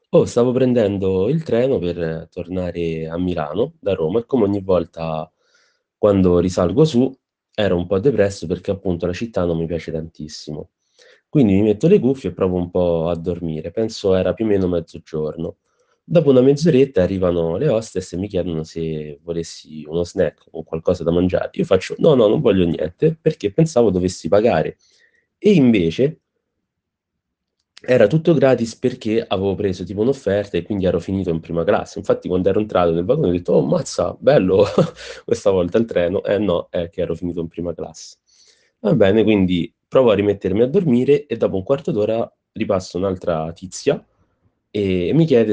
Oh, stavo prendendo il treno per tornare a Milano da Roma e come ogni volta quando risalgo su ero un po' depresso perché appunto la città non mi piace tantissimo. Quindi mi metto le cuffie e provo un po' a dormire. Penso era più o meno mezzogiorno. Dopo una mezz'oretta arrivano le hostess e mi chiedono se volessi uno snack o qualcosa da mangiare. Io faccio no, no, non voglio niente perché pensavo dovessi pagare. E invece era tutto gratis perché avevo preso tipo un'offerta e quindi ero finito in prima classe. Infatti, quando ero entrato nel vagone ho detto: Oh, mazza, bello questa volta il treno. No, è che ero finito in prima classe. Va bene, quindi provo a rimettermi a dormire e dopo un quarto d'ora ripasso un'altra tizia e mi chiede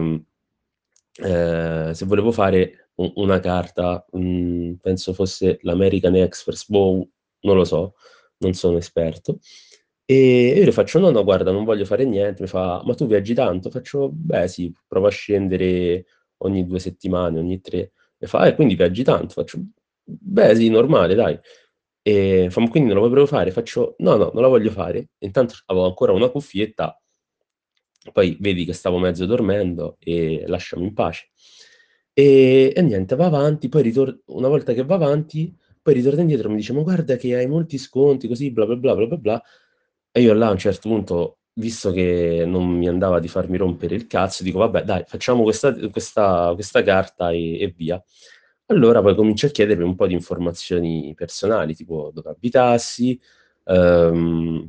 se volevo fare una carta, penso fosse l'American Express, boh, non lo so, non sono esperto. E io le faccio: "No, no, guarda, non voglio fare niente." Mi fa: "Ma tu viaggi tanto?" Faccio: "Beh, sì, provo a scendere ogni 2 settimane, ogni 3." Mi fa: quindi viaggi tanto?" Faccio: "Beh, sì, normale, dai." Fa: "Ma quindi non la vuoi proprio fare?" Faccio: "No, no, non la voglio fare." Intanto avevo ancora una cuffietta, poi vedi che stavo mezzo dormendo e lasciami in pace. E niente, va avanti, poi una volta che va avanti, poi ritorna indietro e mi dice: "Ma guarda che hai molti sconti, così bla bla bla, bla bla bla." E io là a un certo punto, visto che non mi andava di farmi rompere il cazzo, dico: "Vabbè dai, facciamo questa carta e via." Allora poi comincio a chiedermi un po' di informazioni personali, tipo dove abitassi, ehm,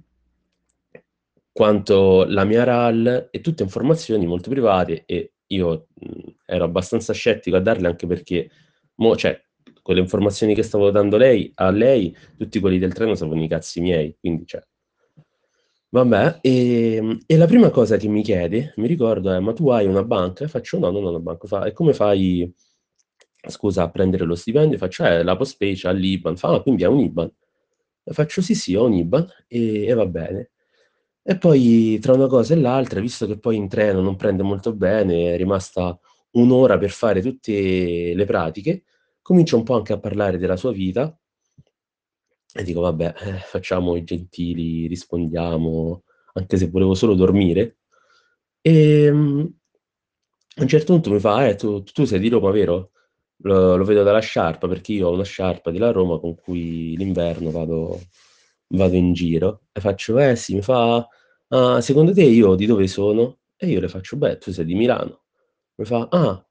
quanto la mia RAL e tutte informazioni molto private e io, ero abbastanza scettico a darle anche perché cioè, con le informazioni che stavo dando a lei, tutti quelli del treno sapevano i cazzi miei, quindi cioè vabbè, e la prima cosa che mi chiede, mi ricordo, è: "Ma tu hai una banca?" E faccio: "No, non ho una banca." Fa: "E come fai, scusa, a prendere lo stipendio?" Faccio: la Postpay c'ha l'IBAN." Fa: "Ah, quindi hai un IBAN?" E faccio: "Sì, sì, ho un IBAN." E va bene. E poi tra una cosa e l'altra, visto che poi in treno non prende molto bene, è rimasta 1 ora per fare tutte le pratiche, comincia un po' anche a parlare della sua vita e dico: "Vabbè, facciamo i gentili, rispondiamo, anche se volevo solo dormire." Ehm, a un certo punto mi fa: tu sei di Roma, vero?" Lo vedo dalla sciarpa, perché io ho una sciarpa della Roma con cui l'inverno vado in giro. E faccio: "Eh sì." Mi fa: "Ah, secondo te io di dove sono?" E io le faccio: "Beh, tu sei di Milano." Mi fa: "Ah,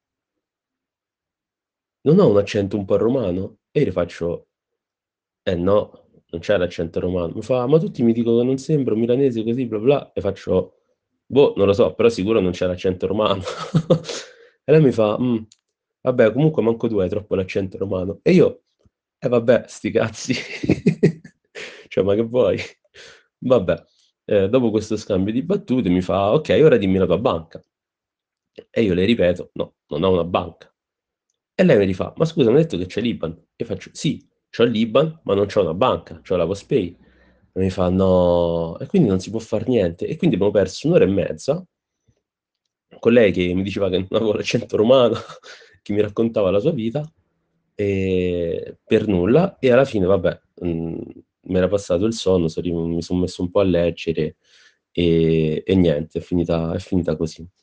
non ho un accento un po' romano?" E io le faccio: "Eh no, non c'è l'accento romano." Mi fa: "Ma tutti mi dicono che non sembro milanese così bla bla." E faccio: "Boh, non lo so, però sicuro non c'è l'accento romano." E lei mi fa: vabbè, comunque manco tu hai troppo l'accento romano." E io: vabbè, sti cazzi." Cioè, ma che vuoi? Vabbè, dopo questo scambio di battute mi fa: "Okay, ora dimmi la tua banca." E io le ripeto: "No, non ho una banca." E lei mi rifà: "Ma scusa, mi hai detto che c'hai l'IBAN?" Io faccio: "Sì, c'ho l'IBAN, ma non c'ho una banca, c'ho la Postpay." E mi fa: "No." E quindi non si può far niente. E quindi abbiamo perso 1 ora e mezza con lei che mi diceva che non avevo l'accento romano, che mi raccontava la sua vita, per nulla. E alla fine vabbè, m'era passato il sonno, mi son messo un po' a leggere e niente, è finita così.